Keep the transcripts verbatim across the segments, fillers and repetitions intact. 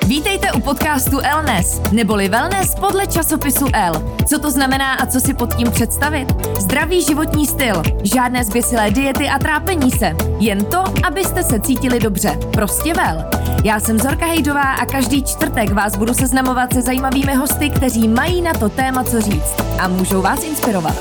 Vítejte u podcastu Elnes, neboli wellness podle časopisu El. Co to znamená a co si pod tím představit? Zdravý životní styl, žádné zběsilé diety a trápení se. Jen to, abyste se cítili dobře. Prostě vel. Já jsem Zorka Hejdová a každý čtvrtek vás budu seznamovat se zajímavými hosty, kteří mají na to téma co říct a můžou vás inspirovat.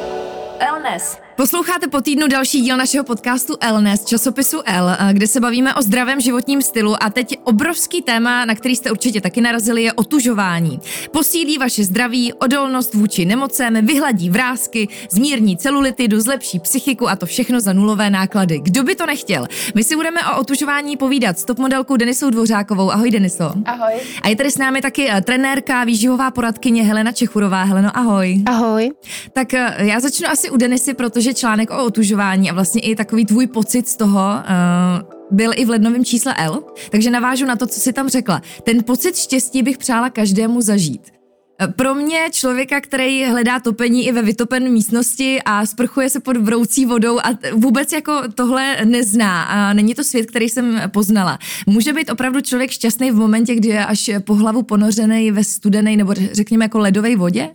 Elnes. Posloucháte po týdnu další díl našeho podcastu Elnes, časopisu El, kde se bavíme o zdravém životním stylu a teď obrovský téma, na který jste určitě taky narazili, je otužování. Posílí vaše zdraví, odolnost vůči nemocem, vyhladí vrásky, zmírní celulitidu, zlepší psychiku a to všechno za nulové náklady. Kdo by to nechtěl? My si budeme o otužování povídat s top modelkou Denisou Dvořákovou. Ahoj Deniso. Ahoj. A je tady s námi taky trenérka, výživová poradkyně Helena Čechurová. Heleno, ahoj. Ahoj. Tak já začnu asi u Denisy, protože článek o otužování a vlastně i takový tvůj pocit z toho uh, byl i v lednovém čísle El, takže navážu na to, co jsi tam řekla. Ten pocit štěstí bych přála každému zažít. Pro mě, člověka, který hledá topení i ve vytopené místnosti a sprchuje se pod vroucí vodou a vůbec jako tohle nezná a není to svět, který jsem poznala. Může být opravdu člověk šťastný v momentě, kdy je až po hlavu ponořený ve studené nebo řekněme jako ledové vodě?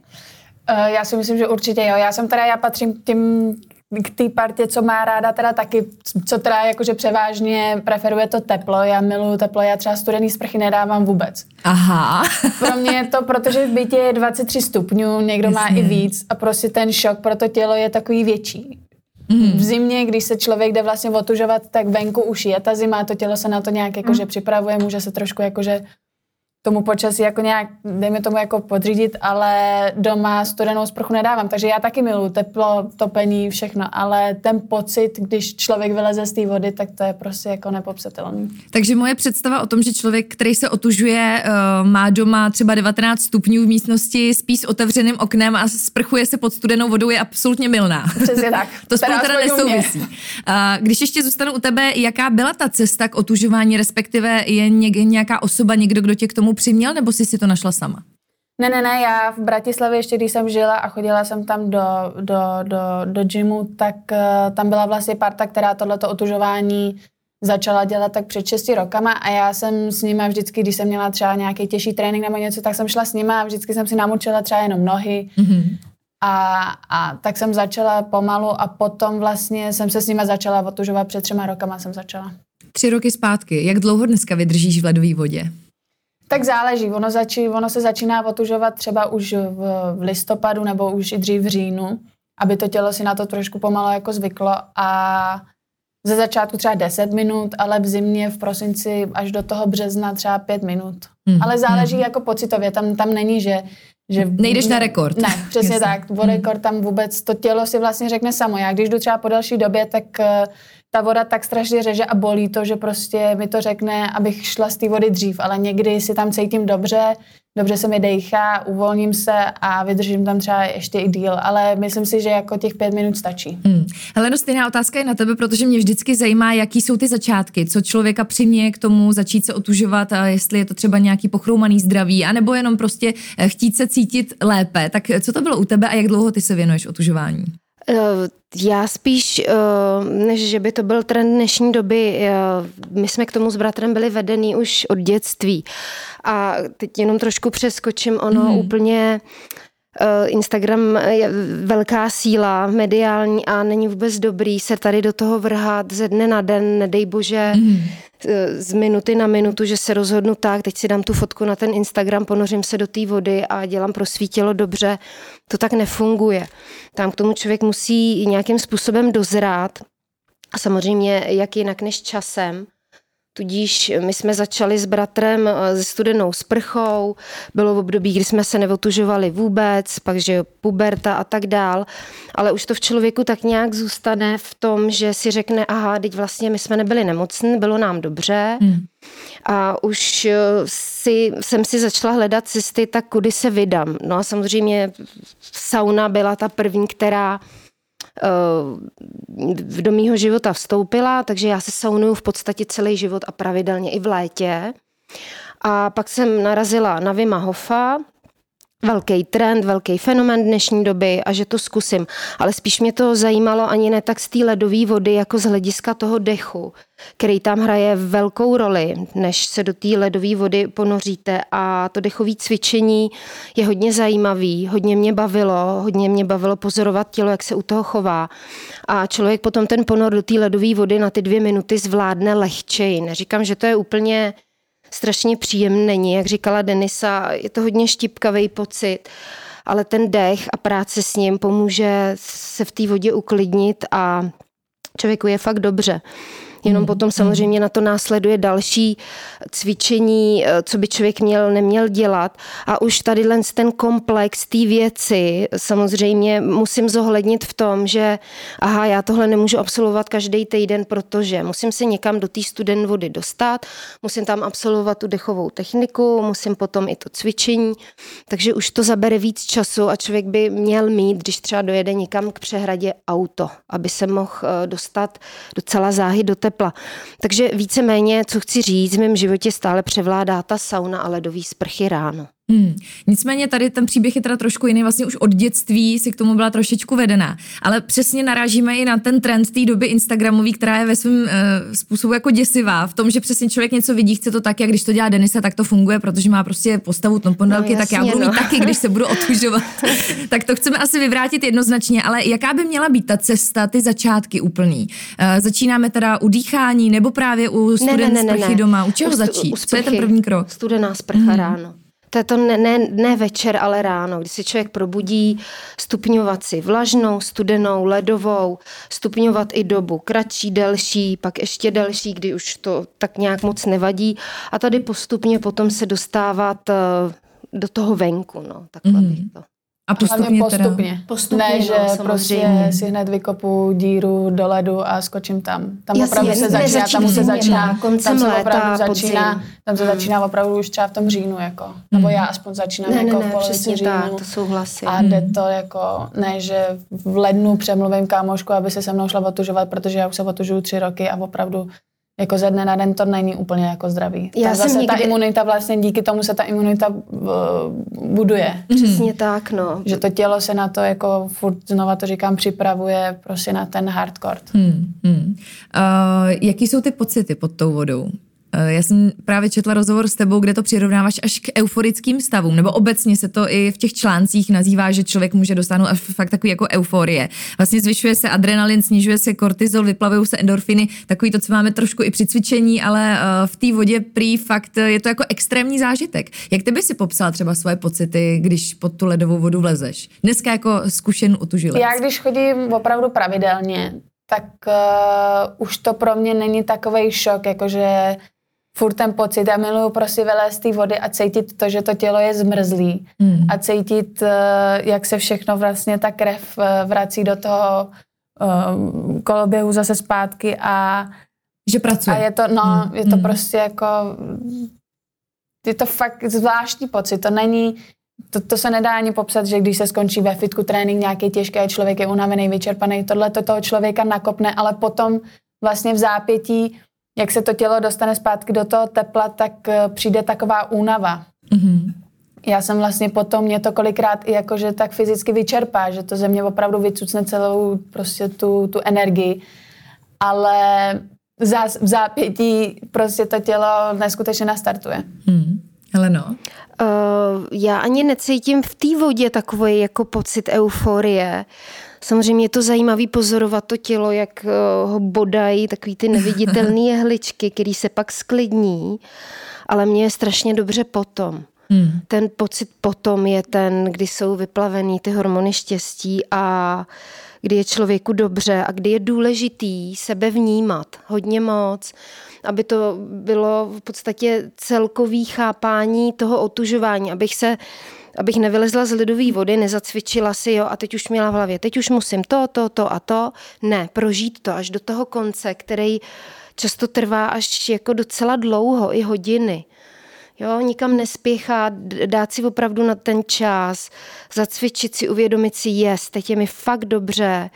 Já si myslím, že určitě jo. Já jsem teda, já patřím k tím, k té partě, co má ráda teda taky, co teda jakože převážně preferuje to teplo. Já miluju teplo, já třeba studený sprchy nedávám vůbec. Aha. Pro mě je to, protože v bytě je dvacet tři stupňů, někdo Jasně. má i víc a prostě ten šok pro to tělo je takový větší. Mm. V zimě, když se člověk jde vlastně otužovat, tak venku už je ta zima, to tělo se na to nějak jakože mm. připravuje, může se trošku jakože tomu počasí jako nějak, dejme tomu jako podřídit, ale doma studenou sprchu nedávám, takže já taky miluji teplo, topení, všechno, ale ten pocit, když člověk vyleze z té vody, tak to je prostě jako nepopsatelný. Takže moje představa o tom, že člověk, který se otužuje, má doma třeba devatenáct stupňů v místnosti, spí s otevřeným oknem a sprchuje se pod studenou vodou, je absolutně mylná. Přesně tak. To spolu teda nesouvisí. Když ještě zůstanu u tebe, jaká byla ta cesta k otužování, respektive je nějaká osoba, někdo, kdo tě k tomu přiměl, nebo jsi si to našla sama? Ne, ne, ne, já v Bratislavě ještě, když jsem žila a chodila jsem tam do, do, do, do gymu, tak uh, tam byla vlastně parta, která tohleto otužování začala dělat tak před šesti rokama a já jsem s nima vždycky, když jsem měla třeba nějaký těžší trénink nebo něco, tak jsem šla s nima a vždycky jsem si namočila třeba jenom nohy. Mm-hmm. A, a tak jsem začala pomalu a potom vlastně jsem se s nima začala otužovat před třema rokama jsem začala. Tři roky zpátky. Jak dlouho dneska vydržíš v ledové vodě? Tak záleží. Ono, začí, ono se začíná otužovat třeba už v, v listopadu nebo už i dřív v říjnu, aby to tělo si na to trošku pomalu jako zvyklo a ze začátku třeba deset minut, ale v zimě v prosinci až do toho března třeba pět minut. Mm. Ale záleží mm. jako pocitově. Tam, tam není, že Že nejdeš na rekord. Ne, přesně Jasně. tak. O rekord tam vůbec, to tělo si vlastně řekne samo. Já když jdu třeba po další době, tak uh, ta voda tak strašně řeže a bolí to, že prostě mi to řekne, abych šla z té vody dřív, ale někdy si tam cítím dobře, dobře se mi dejchá, uvolním se a vydržím tam třeba ještě i díl, ale myslím si, že jako těch pět minut stačí. Hmm. Heleno, stejná otázka je na tebe, protože mě vždycky zajímá, jaký jsou ty začátky, co člověka přiměje k tomu začít se otužovat, a jestli je to třeba nějaký pochroumaný zdraví, anebo jenom prostě chtít se cítit lépe. Tak co to bylo u tebe a jak dlouho ty se věnuješ otužování? Já spíš, než že by to byl trend dnešní doby, my jsme k tomu s bratrem byli vedený už od dětství. A teď jenom trošku přeskočím, ono mm. úplně Instagram je velká síla mediální a není vůbec dobrý se tady do toho vrhat ze dne na den, nedej bože, mm. z minuty na minutu, že se rozhodnu tak, teď si dám tu fotku na ten Instagram, ponořím se do té vody a dělám pro svý tělo dobře. To tak nefunguje. Tam k tomu člověk musí nějakým způsobem dozrát a samozřejmě jak jinak než časem. Tudíž my jsme začali s bratrem se studenou sprchou, bylo v období, kdy jsme se neotužovali vůbec, pak že puberta a tak dál, ale už to v člověku tak nějak zůstane v tom, že si řekne, aha, teď vlastně my jsme nebyli nemocní, bylo nám dobře hmm. a už si, jsem si začala hledat cesty, tak kudy se vydám. No a samozřejmě sauna byla ta první, která do mýho života vstoupila, takže já se saunuju v podstatě celý život a pravidelně i v létě. A pak jsem narazila na Wima Hofa velký trend, velký fenomén dnešní doby a že to zkusím. Ale spíš mě to zajímalo ani ne tak z té ledové vody, jako z hlediska toho dechu, který tam hraje velkou roli, než se do té ledové vody ponoříte. A to dechové cvičení je hodně zajímavý, hodně mě bavilo, hodně mě bavilo pozorovat tělo, jak se u toho chová. A člověk potom ten ponor do té ledové vody na ty dvě minuty zvládne lehčeji. Neříkám, že to je úplně strašně příjemný, není, jak říkala Denisa, je to hodně štípkavý pocit, ale ten dech a práce s ním pomůže se v té vodě uklidnit a člověku je fakt dobře. Jenom potom samozřejmě na to následuje další cvičení, co by člověk měl, neměl dělat. A už tady ten komplex té věci samozřejmě musím zohlednit v tom, že aha, já tohle nemůžu absolvovat každý týden, protože musím se někam do té studené vody dostat, musím tam absolvovat tu dechovou techniku, musím potom i to cvičení, takže už to zabere víc času a člověk by měl mít, když třeba dojede někam k přehradě auto, aby se mohl dostat docela záhy do tepla. Takže víceméně, co chci říct, v mém životě stále převládá ta sauna a ledový sprchy ráno. Hmm. Nicméně tady ten příběh je teda trošku jiný, vlastně už od dětství si k tomu byla trošičku vedená, ale přesně narážíme i na ten trend té doby instagramový, která je ve svém uh, způsobu jako děsivá, v tom, že přesně člověk něco vidí, chce to tak, jak když to dělá Denisa, tak to funguje, protože má prostě postavu tompondelky, no, tak já budu no. mít taky, když se budu otužovat. Tak to chceme asi vyvrátit jednoznačně, ale jaká by měla být ta cesta, ty začátky úplný? Uh, začínáme teda u dýchání nebo právě u studené ne, ne, ne, sprchy ne. doma? U čeho u, začít? U sprchy, co je ten první krok? Studená sprcha hmm. ráno. To je to ne, ne, ne večer, ale ráno, kdy se člověk probudí, stupňovat si vlažnou, studenou, ledovou, stupňovat i dobu kratší, delší, pak ještě delší, kdy už to tak nějak moc nevadí a tady postupně potom se dostávat do toho venku, no, takhle mm. bych to. A postupně, postupně. postupně. Ne, že no, prostě si hned vykopu díru do ledu a skočím tam. Tam Jasně, opravdu se začíná, tam se začíná, koncem tam se léta, opravdu začíná, tam se začíná opravdu už třeba v tom říjnu, jako. Mm. Nebo já aspoň začínám ne, jako ne, ne, v polovici říjnu. Tak, to souhlasím. A jde to jako, ne, že v lednu přemluvím kámošku, aby se se mnou šla otužovat, protože já už se otužuju tři roky a opravdu jako ze dne na den to není úplně jako zdravý. Já ta, zase někdy... ta imunita vlastně díky tomu se ta imunita uh, buduje. Přesně tak, no. Že to tělo se na to jako furt znova to říkám připravuje prostě na ten hardcore. Hmm, hmm. Uh, jaký jsou ty pocity pod tou vodou? Já jsem právě četla rozhovor s tebou, kde to přirovnáváš až k euforickým stavům, nebo obecně se to i v těch článcích nazývá, že člověk může dosáhnout až fakt takový jako euforie. Vlastně zvyšuje se adrenalin, snižuje se kortizol, vyplavují se endorfiny, takový to, co máme trošku i při cvičení, ale v té vodě prý fakt je to jako extrémní zážitek. Jak ty by si popsala třeba svoje pocity, když pod tu ledovou vodu vlezeš? Dneska jako zkušen otužilec. Já když chodím opravdu pravidelně, tak uh, už to pro mě není takovej šok, jakože furt ten pocit, já miluju prostě vylézt z té vody a cítit to, že to tělo je zmrzlý mm. a cítit, jak se všechno vlastně ta krev vrací do toho um, koloběhu zase zpátky a že pracuje. A je to, no, mm. je to mm. prostě jako, je to fakt zvláštní pocit, to není, to, to se nedá ani popsat, že když se skončí ve fitku trénink nějaký těžký a člověk je unavený, vyčerpaný, tohle to toho člověka nakopne, ale potom vlastně v zápětí jak se to tělo dostane zpátky do toho tepla, tak přijde taková únava. Mm-hmm. Já jsem vlastně potom, mě to kolikrát i jakože tak fyzicky vyčerpá, že to ze mě opravdu vycucne celou prostě tu, tu energii. Ale v zápětí prostě to tělo neskutečně nastartuje. Mm. Heleno? Uh, já ani necítím v té vodě takový jako pocit euforie. Samozřejmě je to zajímavý pozorovat to tělo, jak ho bodají takový ty neviditelné jehličky, který se pak sklidní, ale mně je strašně dobře potom. Hmm. Ten pocit potom je ten, kdy jsou vyplavený ty hormony štěstí a kdy je člověku dobře a kdy je důležitý sebe vnímat hodně moc, aby to bylo v podstatě celkový chápání toho otužování, abych se abych nevylezla z ledové vody, nezacvičila si, jo, a teď už měla v hlavě, teď už musím to, to, to a to. Ne, prožít to až do toho konce, který často trvá až jako docela dlouho, i hodiny. Jo, nikam nespěchat, dát si opravdu na ten čas, zacvičit si, uvědomit si, jest, teď je mi fakt dobře,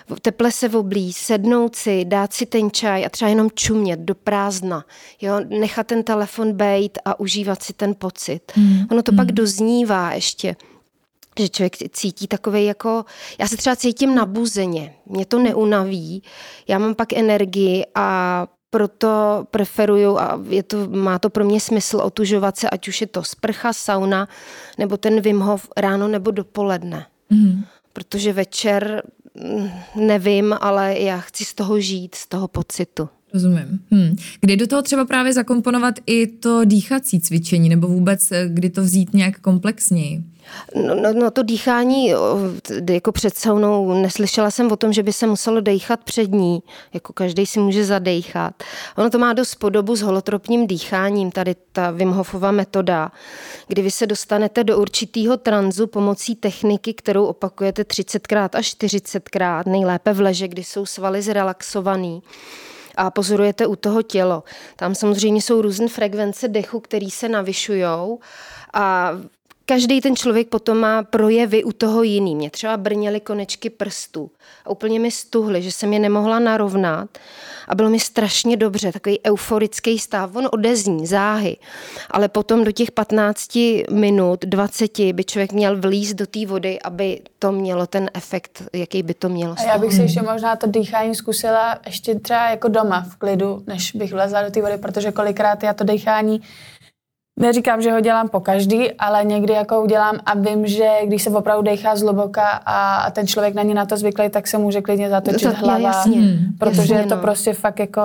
teple se oblíct, sednout si, dát si ten čaj a třeba jenom čumět do prázdna. Jo? Nechat ten telefon bejt a užívat si ten pocit. Mm. Ono to mm. pak doznívá ještě, že člověk cítí takovej jako, já se třeba cítím nabuzeně, mě to neunaví, já mám pak energii a proto preferuju a je to, má to pro mě smysl otužovat se, ať už je to sprcha, sauna, nebo ten Wim Hof ráno nebo dopoledne. Mm. Protože večer nevím, ale já chci z toho žít, z toho pocitu. Rozumím. Hm. Kdy do toho třeba právě zakomponovat i to dýchací cvičení, nebo vůbec kdy to vzít nějak komplexněji? No, no, no to dýchání, jako před saunou, neslyšela jsem o tom, že by se muselo dejchat před ní, jako každý si může zadejchat. Ono to má dost podobu s holotropním dýcháním, tady ta Wim Hofova metoda, kdy vy se dostanete do určitého tranzu pomocí techniky, kterou opakujete třicetkrát až čtyřicetkrát, nejlépe v leže, kdy jsou svaly zrelaxovaný. A pozorujete u toho tělo. Tam samozřejmě jsou různé frekvence dechu, které se navyšujou a každý ten člověk potom má projevy u toho jiný. Mě třeba brněly konečky prstů a úplně mi stuhly, že jsem je nemohla narovnat a bylo mi strašně dobře, takový euforický stav, on odezní, záhy, ale potom do těch patnácti minut, dvaceti by člověk měl vlízt do té vody, aby to mělo ten efekt, jaký by to mělo. A já bych si ještě možná to dýchání zkusila ještě třeba jako doma v klidu, než bych vlezla do té vody, protože kolikrát já to dýchání neříkám, že ho dělám po každý, ale někdy jako udělám a vím, že když se opravdu dýchá zhluboka a, a ten člověk na ní na to zvyklý, tak se může klidně zatočit to, hlava, jasně, protože jasně, je to no. prostě fakt jako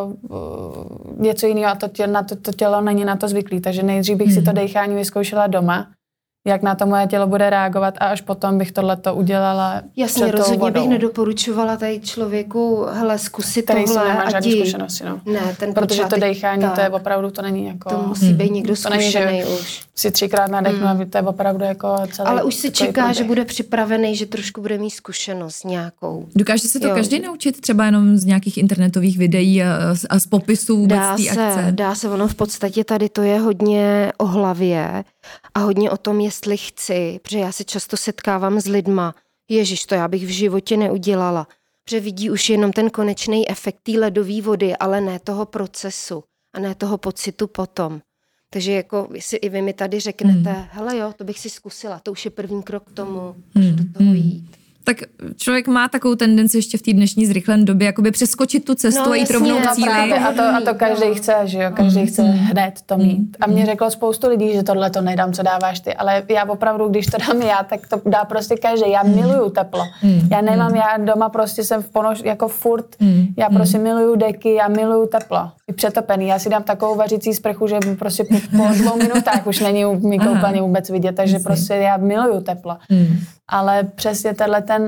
uh, něco jiného a to tělo, na to, to tělo není na to zvyklý, takže nejdřív bych hmm. si to dýchání vyzkoušela doma, jak na to moje tělo bude reagovat a až potom bych tohleto udělala. Jasně, rozhodně bych nedoporučovala tady člověku, hele, zkusit tohle. Který nemá žádný zkušenosti, no. Ne, ten protože počátek, to dýchání, tak. To je opravdu, to není jako... To musí být někdo zkušený už. Si třikrát nadechnu, hmm. to je opravdu jako celý... Ale už si čeká, průběh. Že bude připravený, že trošku bude mít zkušenost nějakou. Dokáže se to jo. každý naučit třeba jenom z nějakých internetových videí a, a z popisů vůbec té akce? Dá se, ono v podstatě tady to je hodně o hlavě a hodně o tom, jestli chci, protože já se často setkávám s lidma, ježiš, to já bych v životě neudělala, protože vidí už jenom ten konečný efekt té ledové vody, ale ne toho procesu a ne toho pocitu potom. Takže jako jestli i vy mi tady řeknete, hmm. hele jo, to bych si zkusila, to už je první krok k tomu, hmm. do toho jít. Tak člověk má takovou tendenci ještě v té dnešní zrychlené době jakoby přeskočit tu cestu no, a jít rovnou no, cíli. A to, a to každý chce, že jo, každý mm. chce hned to mít. A mě řeklo spoustu lidí, že tohle to nedám, co dáváš ty, ale já opravdu, když to dám já, tak to dá prostě každý. Já miluju teplo. Mm. Já nemám, já doma prostě jsem v ponož, jako furt, mm. já prostě miluju deky, já miluju teplo. I přetopený. Já si dám takovou vařící sprchu, že prostě po, po dvou minutách už není mi koupelně vůbec vidět, takže prostě já miluju teplo. Mm. Ale přesně tenhle ten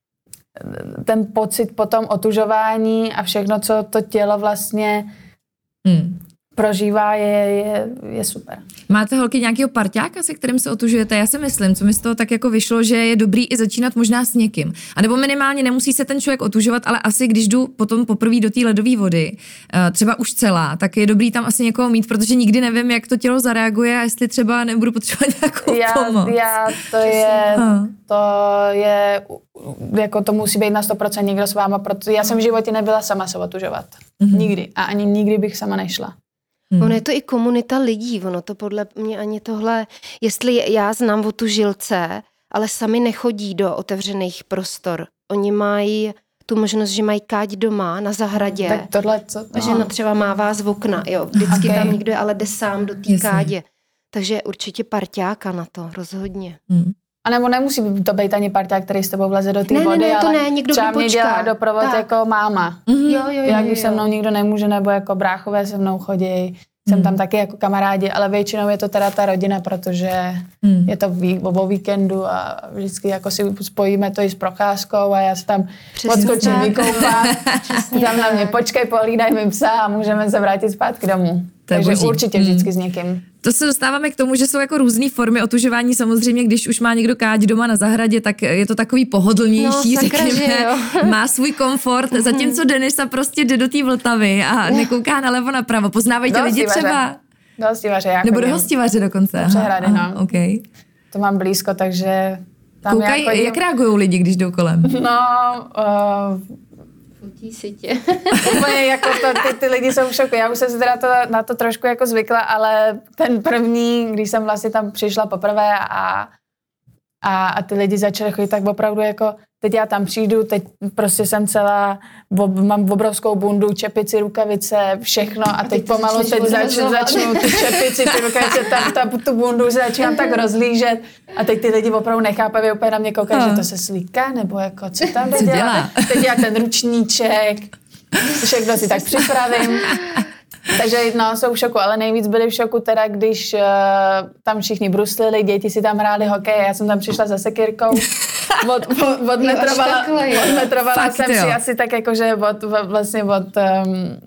ten pocit potom otužování a všechno, co to tělo vlastně hmm. prožívá, je, je, je super. Máte holky nějakého parťáka, se kterým se otužujete? Já si myslím, co mi z toho tak jako vyšlo, že je dobrý i začínat možná s někým. A nebo minimálně nemusí se ten člověk otužovat, ale asi když jdu potom poprvé do té ledové vody, třeba už celá, tak je dobrý tam asi někoho mít, protože nikdy nevím, jak to tělo zareaguje a jestli třeba nebudu potřebovat nějakou já, pomoc. Já, to je, to je, jako to musí být na sto procent někdo s váma, protože já jsem v životě nebyla sama se otužovat. Mm-hmm. Nikdy. A ani nikdy bych sama nešla. Hmm. Ono je to i komunita lidí, ono to podle mě ani tohle, jestli já znám otužilce, ale sami nechodí do otevřených prostor. Oni mají tu možnost, že mají káť doma na zahradě. Tak tohle co? No. Žena třeba mává z okna, jo, vždycky okay. Tam někdo je, ale jde sám do té kádě. Takže určitě parťáka na to, rozhodně. Hmm. A nebo nemusí to být ani parťák, který s tebou vleze do té vody, ne, ne, to ale ne, někdo třeba mě dělá doprovod tak. Jako máma. Mm-hmm. Jo, jo, jo, Já když jo. se mnou nikdo nemůže, nebo jako bráchové se mnou chodí, jsem mm. tam taky jako kamarádi, ale většinou je to teda ta rodina, protože mm. je to ví, o víkendu a vždycky jako si spojíme to i s procházkou a já se tam odskočím, vykoupám, tam na mě počkej, pohlídaj mi psa a můžeme se vrátit zpátky domů. Takže boží. Určitě vždycky mm. s někým. To se dostáváme k tomu, že jsou jako různý formy otužování. Samozřejmě, když už má někdo káť doma na zahradě, tak je to takový pohodlnější, no, řekněme. Má svůj komfort, zatímco Denisa prostě jde do té Vltavy a nekouká nalevo napravo. Poznávají tě lidi třeba? Do hostivaře. Nebo do hostivaře dokonce. Do Přehrady, no. Okay. To mám blízko, takže Tam Koukaj, jako, jak reagují lidi, když jdou kolem? No, uh, fotí si tě. úplně jako to, ty, ty lidi jsou v šoku. Já už jsem si teda to, na to trošku jako zvykla, ale ten první, když jsem vlastně tam přišla poprvé a, a, a ty lidi začaly chodit, tak opravdu jako teď já tam přijdu, teď prostě jsem celá, ob, mám obrovskou bundu, čepici, rukavice, všechno a teď, teď pomalu teď zač, začnu ty čepici, ty rukavice, tam, tam tu bundu začínám tak rozlížet a teď ty lidi opravdu nechápaví, úplně na mě koukají, že to se slíká, nebo jako co tam co dělá. dělá? Teď já ten ručníček, všechno si tak připravím. Takže no, jsou v šoku, ale nejvíc byli v šoku teda, když uh, tam všichni bruslili, děti si tam hráli hokej, já jsem tam přišla za sekyrkou, od, od, odmetrovala, odmetrovala jsem si asi tak jakože od, vlastně od, um,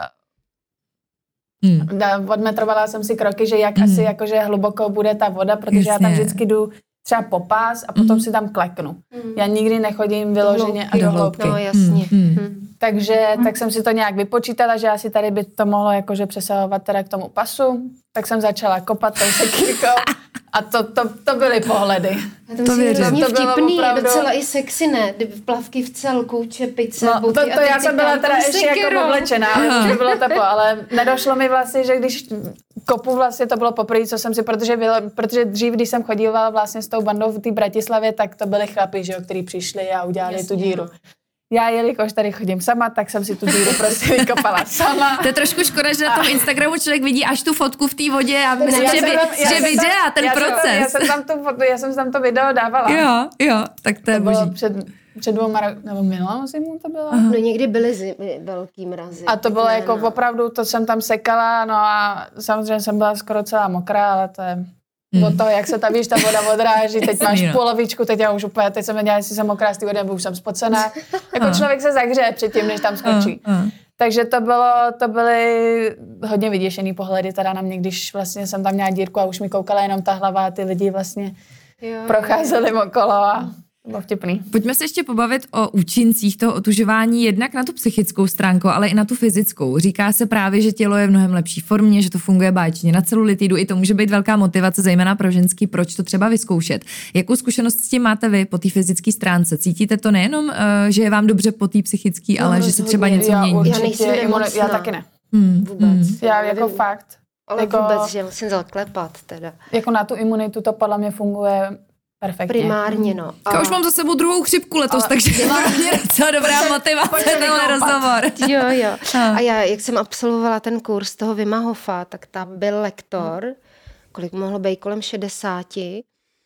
uh, hmm. odmetrovala jsem si kroky, že jak hmm. asi jakože hluboko bude ta voda, protože Jasně. já tam vždycky jdu třeba po pás a potom mm. si tam kleknu. Mm. Já nikdy nechodím vyloženě a do hloubky. No jasně. Mm. Mm. Takže mm. tak jsem si to nějak vypočítala, že asi tady by to mohlo jakože přesahovat teda k tomu pasu. Tak jsem začala kopat tou sekýrkou a to, to, to byly pohledy. To, to je hrozně vtipný, opravdu... docela i sexy, ne? Plavky v celku, čepice, no, boty. To, to já jsem byla teda ještě sekiru. Jako oblečená, ale to bylo teplo, ale nedošlo mi vlastně, že když kopu vlastně to bylo poprvé, co jsem si, protože, bylo, protože dřív, když jsem chodívala vlastně s tou bandou v té Bratislavě, tak to byly chlapi, že jo, kteří přišli a udělali Jasně, tu díru. No. Já, jelikož tady chodím sama, tak jsem si tu díru prostě vykopala sama. To je trošku škoda, že na tom Instagramu člověk vidí až tu fotku v té vodě a myslím, že, by, tam, že videa ten já proces. Jsem, já jsem tam tu fotu, já jsem tam to video dávala. Jo, jo, tak to je to boží. Bylo před, před dvěma roky, nebo minulou zimu to bylo. Aha. No někdy byly zimy, velký mrazy. A to bylo jako no. opravdu, to jsem tam sekala, no a samozřejmě jsem byla skoro celá mokrá, ale to je... Hmm. Od toho, jak se ta, víš, ta voda odráží, teď máš polovičku, teď já už úplně, teď jsem věděla, jestli jsem mokrá z té vody, nebo už jsem spocená. Jako člověk se zahřeje předtím, než tam skočí. Uh, uh. Takže to bylo, to byly hodně vyděšený pohledy teda na mě, když vlastně jsem tam měla dírku a už mi koukala jenom ta hlava a ty lidi vlastně jo, procházeli jo. okolo a to bylo vtipný. Pojďme se ještě pobavit o účincích toho otužování jednak na tu psychickou stránku, ale i na tu fyzickou. Říká se právě, že tělo je v mnohem lepší formě, že to funguje báječně na celulitidu. I to může být velká motivace, zejména pro ženský, proč to třeba vyzkoušet. Jakou zkušenost s tím máte vy po té fyzické stránce? Cítíte to nejenom, že je vám dobře po té psychické, no, ale že se třeba něco já mění? Já nejsem imunit, já taky ne. Hmm. Vůbec. Hmm. Já jako fakt. Ale jako, vůbec, že musím zaklepat teda. Jako na tu imunitu to podle mě funguje perfektně. Primárně, no. A... Já už mám za sebou druhou chřipku letos, ale... takže mě docela dobrá motivace tenhle rozhovor. Jo, jo. A já, jak jsem absolvovala ten kurz toho Wima Hofa, tak tam byl lektor, kolik mohlo být, kolem šedesáti,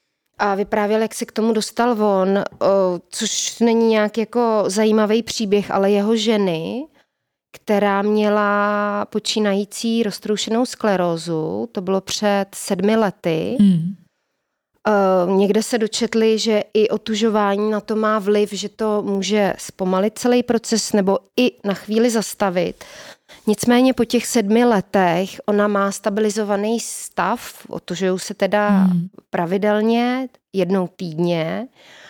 a vyprávěl, jak se k tomu dostal on, o, což není nějak jako zajímavý příběh, ale jeho ženy, která měla počínající roztroušenou sklerózu, to bylo před sedmi lety, hmm. Uh, někde se dočetli, že i otužování na to má vliv, že to může zpomalit celý proces nebo i na chvíli zastavit. Nicméně po těch sedmi letech ona má stabilizovaný stav, otužují se teda hmm. pravidelně, jednou týdně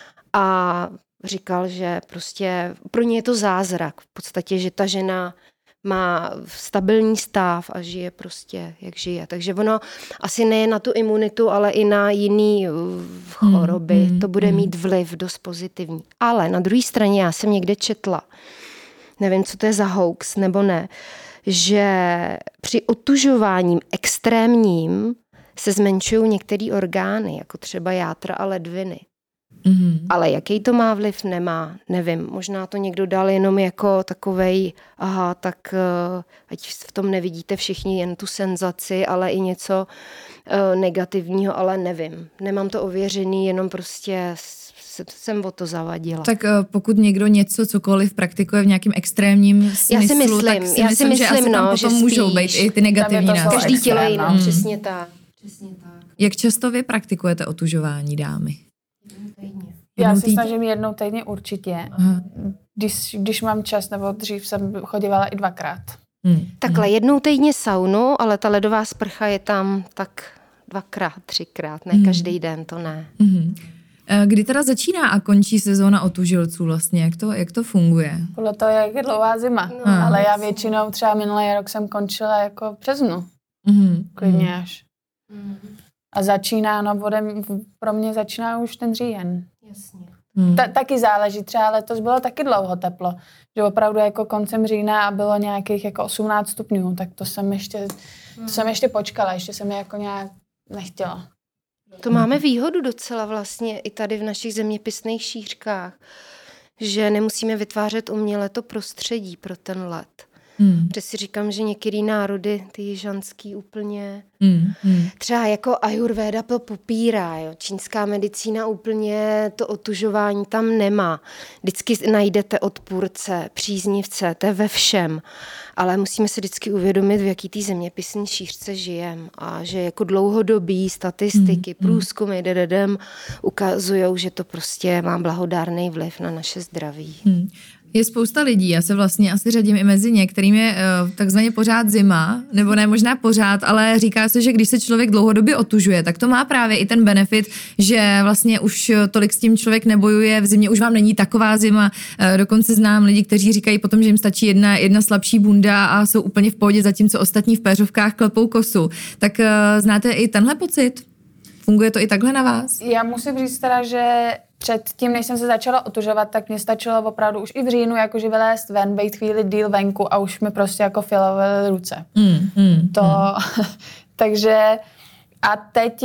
a říkal, že prostě pro ně je to zázrak. V podstatě, že ta žena má stabilní stav a žije prostě, jak žije. Takže ono asi ne na tu imunitu, ale i na jiný choroby. Mm, mm, to bude mm. mít vliv dost pozitivní. Ale na druhé straně já jsem někde četla, nevím, co to je za hoax nebo ne, že při otužováním extrémním se zmenšují některé orgány, jako třeba játra a ledviny. Mm-hmm. Ale jaký to má vliv, nemá, nevím. Možná to někdo dal jenom jako takovej, aha, tak uh, ať v tom nevidíte všichni jen tu senzaci, ale i něco uh, negativního, ale nevím. Nemám to ověřený, jenom prostě jsem o to zavadila. Tak uh, pokud někdo něco, cokoliv praktikuje v nějakým extrémním smyslu, já si myslím, tak si já myslím, si myslím, že asi no, tam potom že můžou spíš, být i ty negativní následky. Každý tělo jinak, mm. přesně tak. Přesně tak. Jak často vy praktikujete otužování, dámy? Já se snažím jednou týdně určitě. Když, když mám čas, nebo dřív jsem chodívala i dvakrát. Hmm. Takhle jednou týdně saunu, ale ta ledová sprcha je tam tak dvakrát, třikrát, ne hmm. každý den, to ne. Hmm. Kdy teda začíná a končí sezóna otužilců vlastně? Jak to, jak to funguje? Podle toho, jak je dlouhá zima. No, ale já většinou třeba minulý rok jsem končila jako v březnu. Hmm. Klidně až. Hmm. A začíná, no vodem, pro mě začíná už ten říjen. Jasně. Hmm. Ta, taky záleží, třeba letos bylo taky dlouho teplo, že opravdu jako koncem října a bylo nějakých jako osmnáct stupňů, tak to jsem ještě, hmm. to jsem ještě počkala, ještě jsem je jako nějak nechtěla. To máme výhodu docela vlastně i tady v našich zeměpisných šířkách, že nemusíme vytvářet uměle to prostředí pro ten led. Hmm. Protože si říkám, že některé národy, ty jižanský úplně, hmm. Hmm. třeba jako ajurvéda to popírá, jo. Čínská medicína úplně to otužování tam nemá. Vždycky najdete odpůrce, příznivce, to je ve všem. Ale musíme se vždycky uvědomit, v jaký té zeměpisní šířce žijem a že jako dlouhodobý statistiky, hmm. průzkumy, dededem ukazujou, že to prostě má blahodárný vliv na naše zdraví. Hmm. Je spousta lidí, já se vlastně asi řadím i mezi ně, kterým je uh, takzvaně pořád zima, nebo ne možná pořád, ale říká se, že když se člověk dlouhodobě otužuje, tak to má právě i ten benefit, že vlastně už tolik s tím člověk nebojuje, v zimě už vám není taková zima, uh, dokonce znám lidi, kteří říkají potom, že jim stačí jedna, jedna slabší bunda a jsou úplně v pohodě, zatímco ostatní v péřovkách klepou kosu. Tak uh, znáte i tenhle pocit? Funguje to i takhle na vás? Já musím říct teda, že před tím, než jsem se začala otužovat, tak mě stačilo opravdu už i v říjnu jakože vylézt ven, být chvíli díl venku a už mi prostě jako filovaly ruce. Mm, mm, to, mm. Takže a teď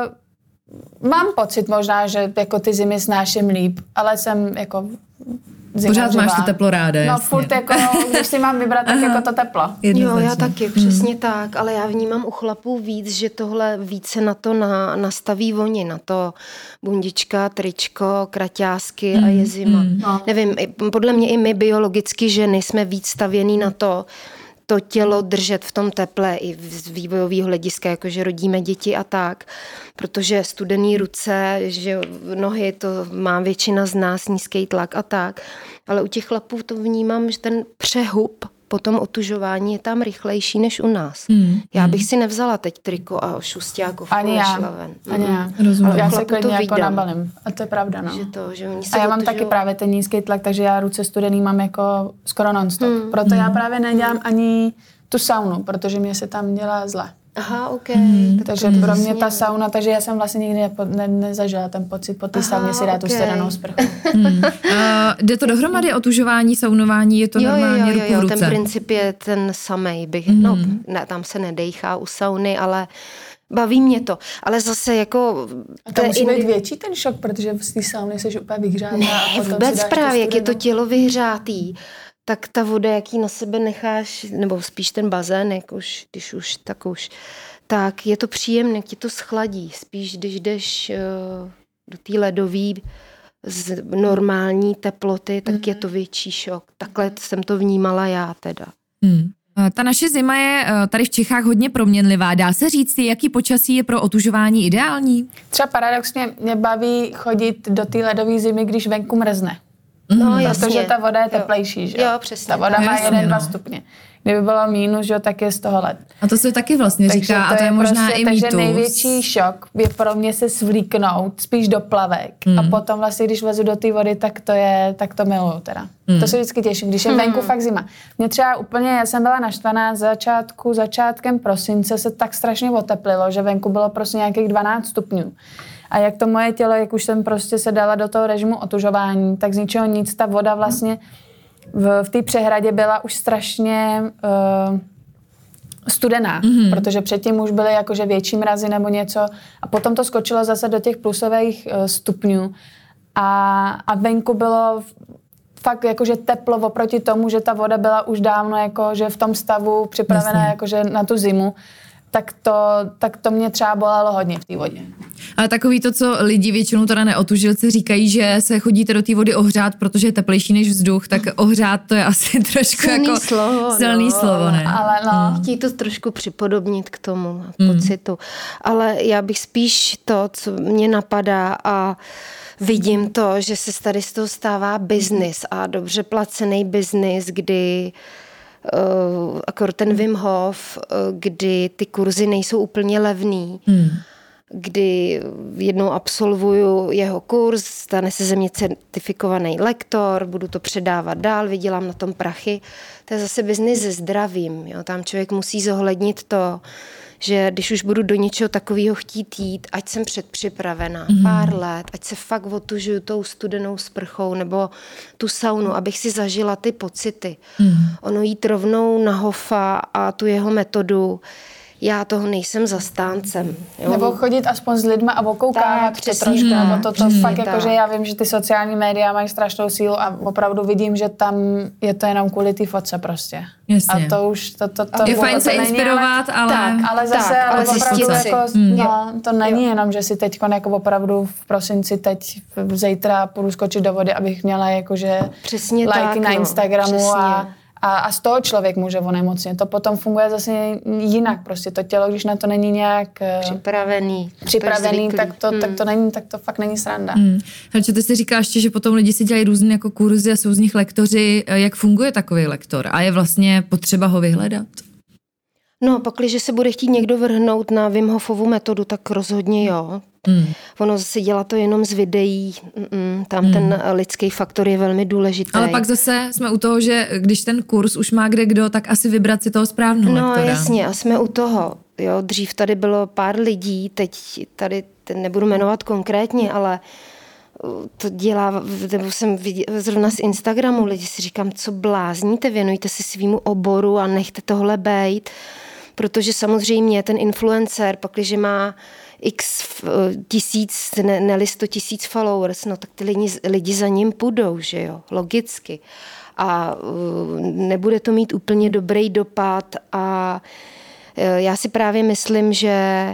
mám pocit možná, že jako ty zimy snáším líp, ale jsem jako pořád máš to teplo ráda, No jasně. furt jako, když si mám vybrat, tak jako to teplo. Jo, já taky, přesně hmm. tak, ale já vnímám u chlapů víc, že tohle více na to na, nastaví oni, na to bundička, tričko, kraťásky hmm. a je zima. Hmm. No. Nevím, podle mě i my biologicky ženy jsme víc stavěný na to, to tělo držet v tom teple i z vývojového hlediska, jakože rodíme děti a tak, protože studený ruce, že nohy, to má většina z nás, nízký tlak a tak, ale u těch chlapů to vnímám, že ten přehup po tom otužování je tam rychlejší než u nás. Hmm. Já bych si nevzala teď triko a šustákovku ani já, ven. Ani já. Rozumím. Já se klidně jako nabalím. A to je pravda, no. Že to, že a já mám taky právě ten nízký tlak, takže já ruce studený mám jako skoro non-stop. Hmm. Proto já právě nedělám ani tu saunu, protože mě se tam dělá zle. Aha, ok. Hmm. Takže hmm. pro mě ta sauna, takže já jsem vlastně nikdy nepo, ne, nezažila ten pocit po té sauně si dát okay. tu studenou sprchu. Hmm. Uh, jde to dohromady, otužování, saunování, je to jo, normálně jo, jo, ruku jo, v ruce? Ten princip je ten samej. Bych, hmm. no, ne, tam se nedejchá u sauny, ale baví mě to. Ale zase jako... A tam musí být větší ten šok, protože z té sauny jsi úplně vyhřátá. Ne, a potom vůbec právě, jak je to tělo vyhřátý, tak ta voda, jaký na sebe necháš, nebo spíš ten bazén, jak už, když už, tak už, tak je to příjemné, ti to schladí. Spíš, když jdeš uh, do té ledové z normální teploty, tak mm. je to větší šok. Takhle jsem to vnímala já teda. Mm. Ta naše zima je tady v Čechách hodně proměnlivá. Dá se říct, jaký počasí je pro otužování ideální? Třeba paradoxně mě baví chodit do té ledové zimy, když venku mrzne. No, jasně. Protože ta voda je teplejší, že jo? přesně. Ta voda tak. má jasně, jeden, no. dva stupně. Kdyby bylo mínus, že tak je z toho led. A to se taky vlastně takže říká, to a to je, je možná prostě, i mýtus. Takže největší šok je pro mě se svlíknout spíš do plavek. Hmm. A potom vlastně, když vlezu do té vody, tak to je, tak to miluju teda. Hmm. To se vždycky těším, když je venku hmm. fakt zima. Mě třeba úplně, já jsem byla naštvaná začátku, začátkem prosince se tak strašně oteplilo, že venku bylo prostě nějakých dvanáct stupňů. A jak to moje tělo, jak už jsem prostě se dala do toho režimu otužování, tak z ničeho nic, ta voda vlastně v, v té přehradě byla už strašně uh, studená, mm-hmm. protože předtím už byly jakože větší mrazy nebo něco a potom to skočilo zase do těch plusových uh, stupňů a, a venku bylo fakt jakože teplo oproti tomu, že ta voda byla už dávno jakože v tom stavu připravená jakože na tu zimu. Tak to, tak to mě třeba bolelo hodně v té vodě. Ale takový to, co lidi většinou teda neotužilci říkají, že se chodíte do té vody ohřát, protože je teplejší než vzduch, tak ohřát to je asi trošku silný jako slovo, silný no, slovo, ne? Ale no. Hmm. Chtějí to trošku připodobnit k tomu pocitu. Hmm. Ale já bych spíš to, co mě napadá a vidím to, že se tady z toho stává biznis a dobře placený biznis, kdy Uh, akor ten Wim Hof, uh, kdy ty kurzy nejsou úplně levný, hmm. kdy jednou absolvuju jeho kurz, stane se ze mě certifikovaný lektor, budu to předávat dál, vydělám na tom prachy. To je zase biznis se zdravím. Jo? Tam člověk musí zohlednit to, že když už budu do něčeho takového chtít jít, ať jsem předpřipravená mm. pár let, ať se fakt otužuju tou studenou sprchou nebo tu saunu, abych si zažila ty pocity. Mm. Ono jít rovnou na Hoffa a tu jeho metodu, já toho nejsem zastáncem. Jo? Nebo chodit aspoň s lidma a okoukávat to trošku, nebo to, to mm, fakt jako, že já vím, že ty sociální média mají strašnou sílu a opravdu vidím, že tam je to jenom kvůli té fotce prostě. Jasně. A to už, to, to, to je to, fajn to se inspirovat, ale... Tak, ale zase, tak, ale opravdu jako, mm. no, to není jo. jenom, že si teď jako opravdu v prosinci teď zítra půjdu skočit do vody, abych měla jakože přesně lajky tak, na Instagramu no, a A, a z toho člověk může onemocnit. To potom funguje zase jinak. Prostě to tělo, když na to není nějak připravený, připravený to tak, to, hmm. tak to není, tak to fakt není sranda. Hmm. Helčo, ty jsi říkala ještě, že potom lidi si dělají různé jako kurzy a jsou z nich lektoři. Jak funguje takový lektor? A je vlastně potřeba ho vyhledat? No, pakliže se bude chtít někdo vrhnout na Wim Hofovu metodu, tak rozhodně jo. Mm. Ono zase dělá to jenom z videí, mm, tam mm. ten lidský faktor je velmi důležitý. Ale pak zase jsme u toho, že když ten kurz už má kde kdo, tak asi vybrat si toho správného no, lektora. No jasně, a jsme u toho. Jo, dřív tady bylo pár lidí, teď tady nebudu jmenovat konkrétně, ale to dělá, nebo jsem viděla zrovna z Instagramu, lidi si říkám, co blázníte, věnujte se svýmu oboru a nechte tohle bejt, protože samozřejmě ten influencer, pakliže má x tisíc, ne, ne sto tisíc followers, no tak ty lidi, lidi za ním půjdou, že jo, logicky. A uh, nebude to mít úplně dobrý dopad a uh, já si právě myslím, že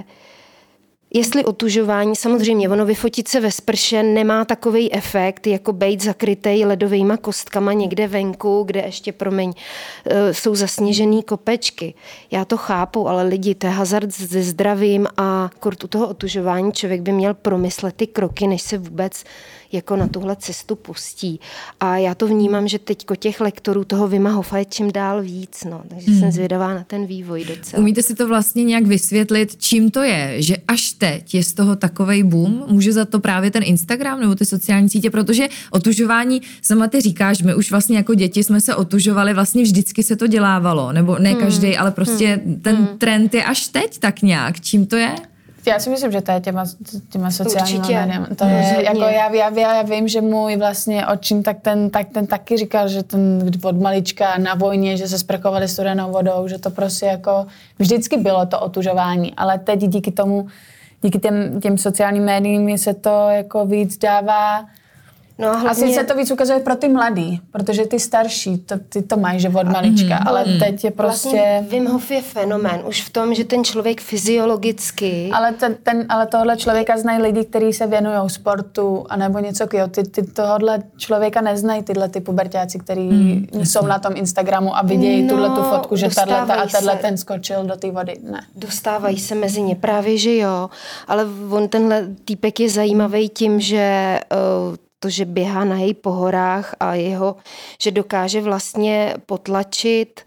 jestli otužování, samozřejmě ono vyfotit se ve sprše nemá takovej efekt, jako bejt zakrytej ledovejma kostkama někde venku, kde ještě, promiň, jsou zasněžený kopečky. Já to chápu, ale lidi, to je hazard se zdravím a kort u toho otužování člověk by měl promyslet ty kroky, než se vůbec jako na tuhle cestu pustí. A já to vnímám, že teďko těch lektorů toho Wima Hofa je čím dál víc, no. Takže hmm. jsem zvědavá na ten vývoj docela. Umíte si to vlastně nějak vysvětlit, čím to je, že až teď je z toho takovej boom? Může za to právě ten Instagram nebo ty sociální sítě, protože otužování, sama ty říkáš, my už vlastně jako děti jsme se otužovali, vlastně vždycky se to dělávalo, nebo ne každý, hmm. ale prostě hmm. ten hmm. trend je až teď tak nějak. Čím to je? Já si myslím, že to je těma, těma sociálníma médiama. To je, jako já, já, já vím, že můj vlastně očím, tak ten, tak ten taky říkal, že ten od malička na vojně, že se sprchovali studenou vodou, že to prostě jako vždycky bylo to otužování, ale teď díky tomu, díky těm, těm sociálním médiím se to jako víc dává. No hlavně... Asi se to víc ukazuje pro ty mladý, protože ty starší, to, ty to mají, že od malička, mm, ale mm. teď je prostě... Vlastně Wim Hof je fenomén, už v tom, že ten člověk fyziologicky... Ale, ten, ten, ale tohle člověka znají lidi, kteří se věnují sportu, anebo něco kýho. Ty, ty tohle člověka neznají tyhle ty puberťáci, kteří mm, jsou na tom Instagramu a vidějí no, tuhle tu fotku, že tato a tato ten skočil do té vody. Ne. Dostávají se mezi ně, právě že jo, ale on tenhle týpek je zajímavý tím, že... Uh, to, že běhá nahej po horách a jeho, že dokáže vlastně potlačit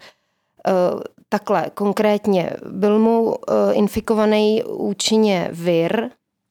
uh, takhle konkrétně. Byl mu uh, infikovaný účinně vir,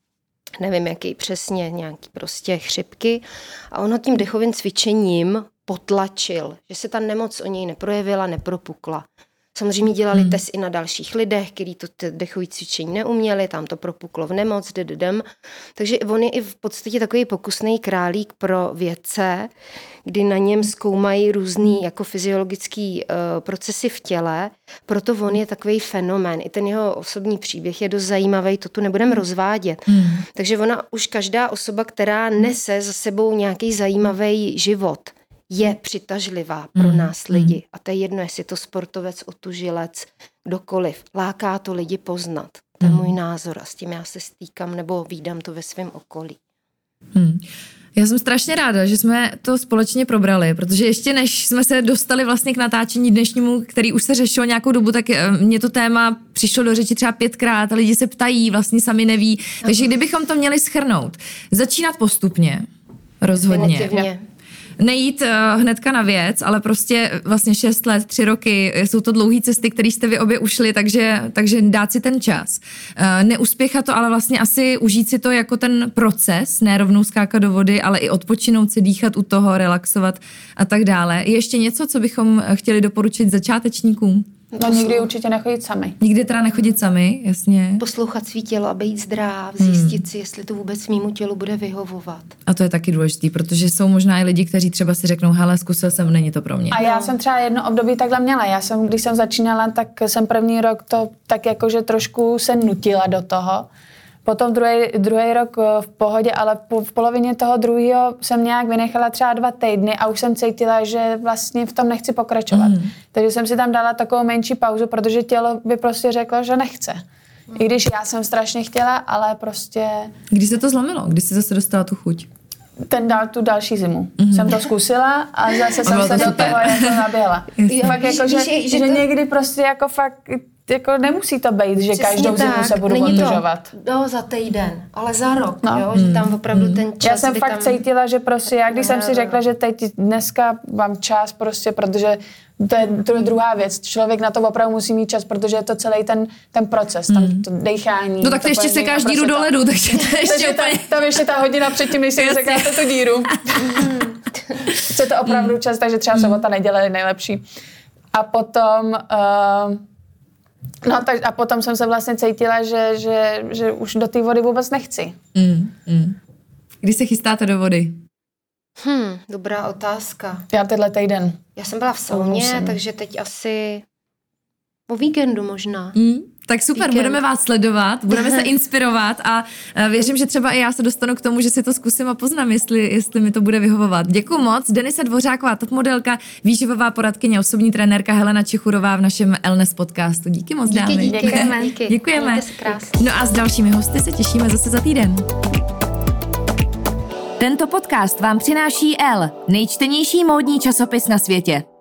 nevím jaký přesně, nějaký prostě chřipky a on ho tím dechovým cvičením potlačil, že se ta nemoc o něj neprojevila, nepropukla. Samozřejmě dělali hmm. test i na dalších lidech, kteří to dechové cvičení neuměli, tam to propuklo v nemoc, dededem. Takže on je i v podstatě takový pokusný králík pro vědce, kdy na něm zkoumají různý jako fyziologický uh, procesy v těle, proto on je takový fenomén. I ten jeho osobní příběh je dost zajímavý, to tu nebudeme rozvádět. Hmm. Takže ona už každá osoba, která nese za sebou nějaký zajímavý život, je přitažlivá pro mm, nás lidi. Mm. A to je jedno, jestli je to sportovec, otužilec, kdokoliv. Láká to lidi poznat. To je mm. můj názor a s tím já se stýkám nebo vídám to ve svém okolí. Mm. Já jsem strašně ráda, že jsme to společně probrali, protože ještě než jsme se dostali vlastně k natáčení dnešnímu, který už se řešilo nějakou dobu, tak mě to téma přišlo do řeči třeba pětkrát a lidi se ptají, vlastně sami neví. Aha. Takže kdybychom to měli shrnout, začínat postupně, rozhodně. Definitivně. Nejít uh, hnedka na věc, ale prostě vlastně šest let, tři roky, jsou to dlouhé cesty, které jste vy obě ušli, takže, takže dát si ten čas. Uh, neuspěchat to, ale vlastně asi užít si to jako ten proces, ne rovnou skákat do vody, ale i odpočinout si, dýchat u toho, relaxovat a tak dále. Je ještě něco, co bychom chtěli doporučit začátečníkům? No nikdy určitě nechodit sami. Nikdy teda nechodit sami, jasně. Poslouchat svý tělo a být zdrav, zjistit hmm. si, jestli to vůbec mému tělu bude vyhovovat. A to je taky důležitý, protože jsou možná i lidi, kteří třeba si řeknou, hele, zkusil jsem, není to pro mě. A já no. jsem třeba jedno období takhle měla. Já jsem, když jsem začínala, tak jsem první rok to tak jakože trošku se nutila do toho. Potom druhý, druhý rok v pohodě, ale po, v polovině toho druhého jsem nějak vynechala třeba dva týdny a už jsem cítila, že vlastně v tom nechci pokračovat. Mm. Takže jsem si tam dala takovou menší pauzu, protože tělo by prostě řeklo, že nechce. Mm. I když já jsem strašně chtěla, ale prostě... Kdy se to zlomilo? Kdy jsi zase dostala tu chuť? Ten dal tu další zimu. Mm. Jsem to zkusila a zase jsem se do toho jako naběhla. Fakt jako, že, že, že to... někdy prostě jako fakt... Jako nemusí to být, že přesně každou zimu tak. se budu Není otužovat. To, no, za týden, ale za rok, no. jo, že tam opravdu hmm. ten čas. Já jsem fakt tam... cítila, že prostě, já když no, jsem si řekla, že teď dneska mám čas prostě, protože to je, to je druhá věc. Člověk na to opravdu musí mít čas, protože je to celý ten, ten proces, tam hmm. to dechání. No tak to ještě sekáš díru do ledu, takže to ještě úplně... Tam ještě ta hodina předtím, než si sekáte tu díru. Co to opravdu čas, takže třeba sobota, neděle je nejlepší. A potom... Uh, No tak a potom jsem se vlastně cítila, že, že, že už do té vody vůbec nechci. Mm, mm. Kdy se chystáte do vody? Hmm, dobrá otázka. Já tenhle týden. Já jsem byla v sauně, takže teď asi o víkendu možná. Mm, tak super, Víkend. Budeme vás sledovat, budeme se inspirovat a věřím, že třeba i já se dostanu k tomu, že si to zkusím a poznám, jestli, jestli mi to bude vyhovovat. Děkuju moc. Denisa Dvořáková, topmodelka, výživová poradkyně, osobní trenérka Helena Čichurová v našem Wellness podcastu. Díky moc, dámy. Díky, díky. Děkujeme. Díky. Děkujeme. No a s dalšími hosty se těšíme zase za týden. Tento podcast vám přináší Elle, nejčtenější módní časopis na světě.